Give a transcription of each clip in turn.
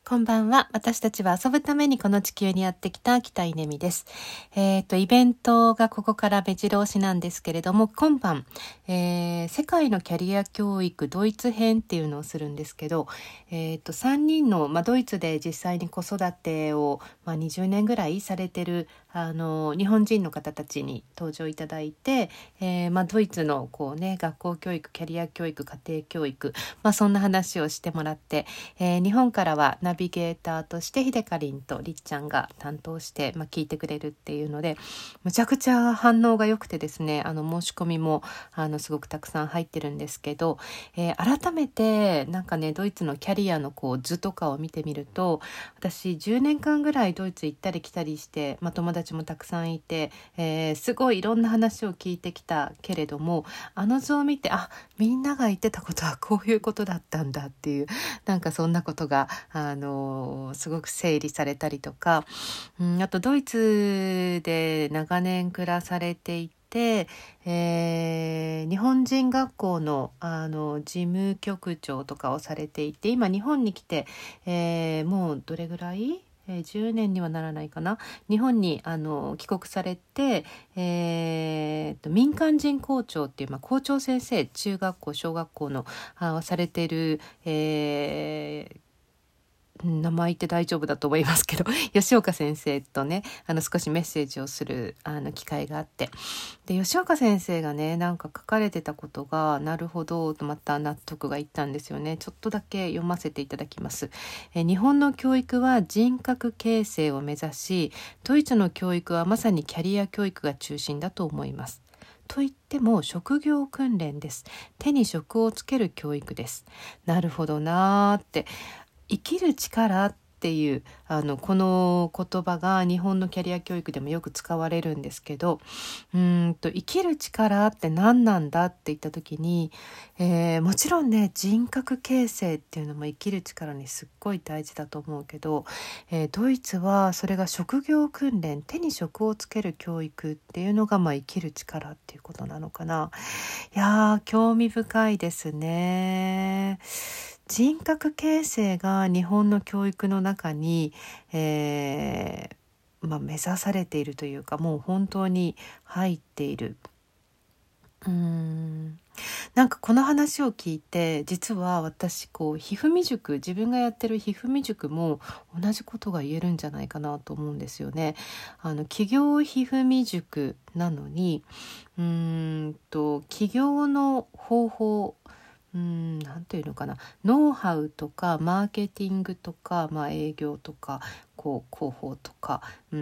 こんばんは。私たちは遊ぶためにこの地球にやってきた北井音美です。イベントがここから目白押しなんですけれども、今晩、世界のキャリア教育ドイツ編っていうのをするんですけど、3人の、ドイツで実際に子育てを、20年ぐらいされてる日本人の方たちに登場いただいて、ドイツの学校教育、キャリア教育、家庭教育、そんな話をしてもらって、日本からはナビゲーターとして秀香りんとりっちゃんが担当して、聞いてくれるっていうので、むちゃくちゃ反応が良くてですね、申し込みもすごくたくさん入ってるんですけど、改めてドイツのキャリアの図とかを見てみると、私10年間ぐらいドイツ行ったり来たりして、友達もたくさんいて、すごいいろんな話を聞いてきたけれども、図を見てみんなが言ってたことはこういうことだったんだっていう、そんなことがすごく整理されたりとか、あとドイツで長年暮らされていて、日本人学校の事務局長とかをされていて、今日本に来て、もうどれぐらい10年にはならないかな、日本に帰国されて、民間人校長っていう、校長先生、中学校小学校のされている、名前言って大丈夫だと思いますけど吉岡先生とね少しメッセージをする機会があって、で吉岡先生がね書かれてたことがなるほどとまた納得がいったんですよね。ちょっとだけ読ませていただきます。日本の教育は人格形成を目指し、ドイツの教育はまさにキャリア教育が中心だと思います。と言っても職業訓練です。手に職をつける教育です。なるほどなーって、生きる力っていうこの言葉が日本のキャリア教育でもよく使われるんですけど、生きる力って何なんだって言った時に、もちろんね人格形成っていうのも生きる力にすっごい大事だと思うけど、ドイツはそれが職業訓練、手に職をつける教育っていうのが生きる力っていうことなのかな。いやー興味深いですね。人格形成が日本の教育の中に、目指されているというか、もう本当に入っている。この話を聞いて、実は私ひふみ塾、自分がやってるひふみ塾も同じことが言えるんじゃないかなと思うんですよね。企業ひふみ塾なのに起業の方法、なんていうのかな、ノウハウとかマーケティングとか、営業とか広報とか、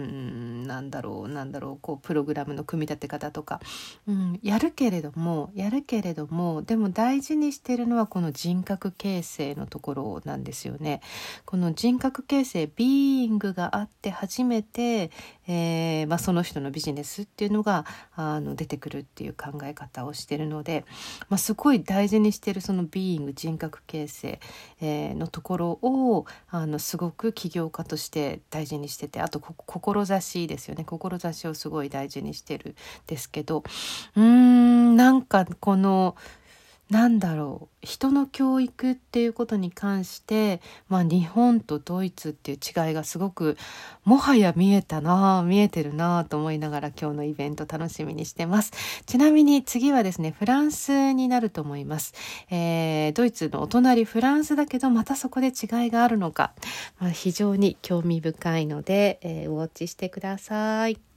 プログラムの組み立て方とか、やるけれどもでも大事にしてるのはこの人格形成のところなんですよね。この人格形成、ビーイングがあって初めて、その人のビジネスっていうのが出てくるっていう考え方をしてるので、すごい大事にしてるそのビーイング、人格形成、のところをすごく起業家として大事にしてて、あと志ですよね。志をすごい大事にしてるんですけど、この人の教育っていうことに関して、日本とドイツっていう違いがすごくもはや見えてるなと思いながら今日のイベント楽しみにしてます。ちなみに次はですね、フランスになると思います。ドイツのお隣フランスだけど、またそこで違いがあるのか、非常に興味深いので、ウォッチしてください。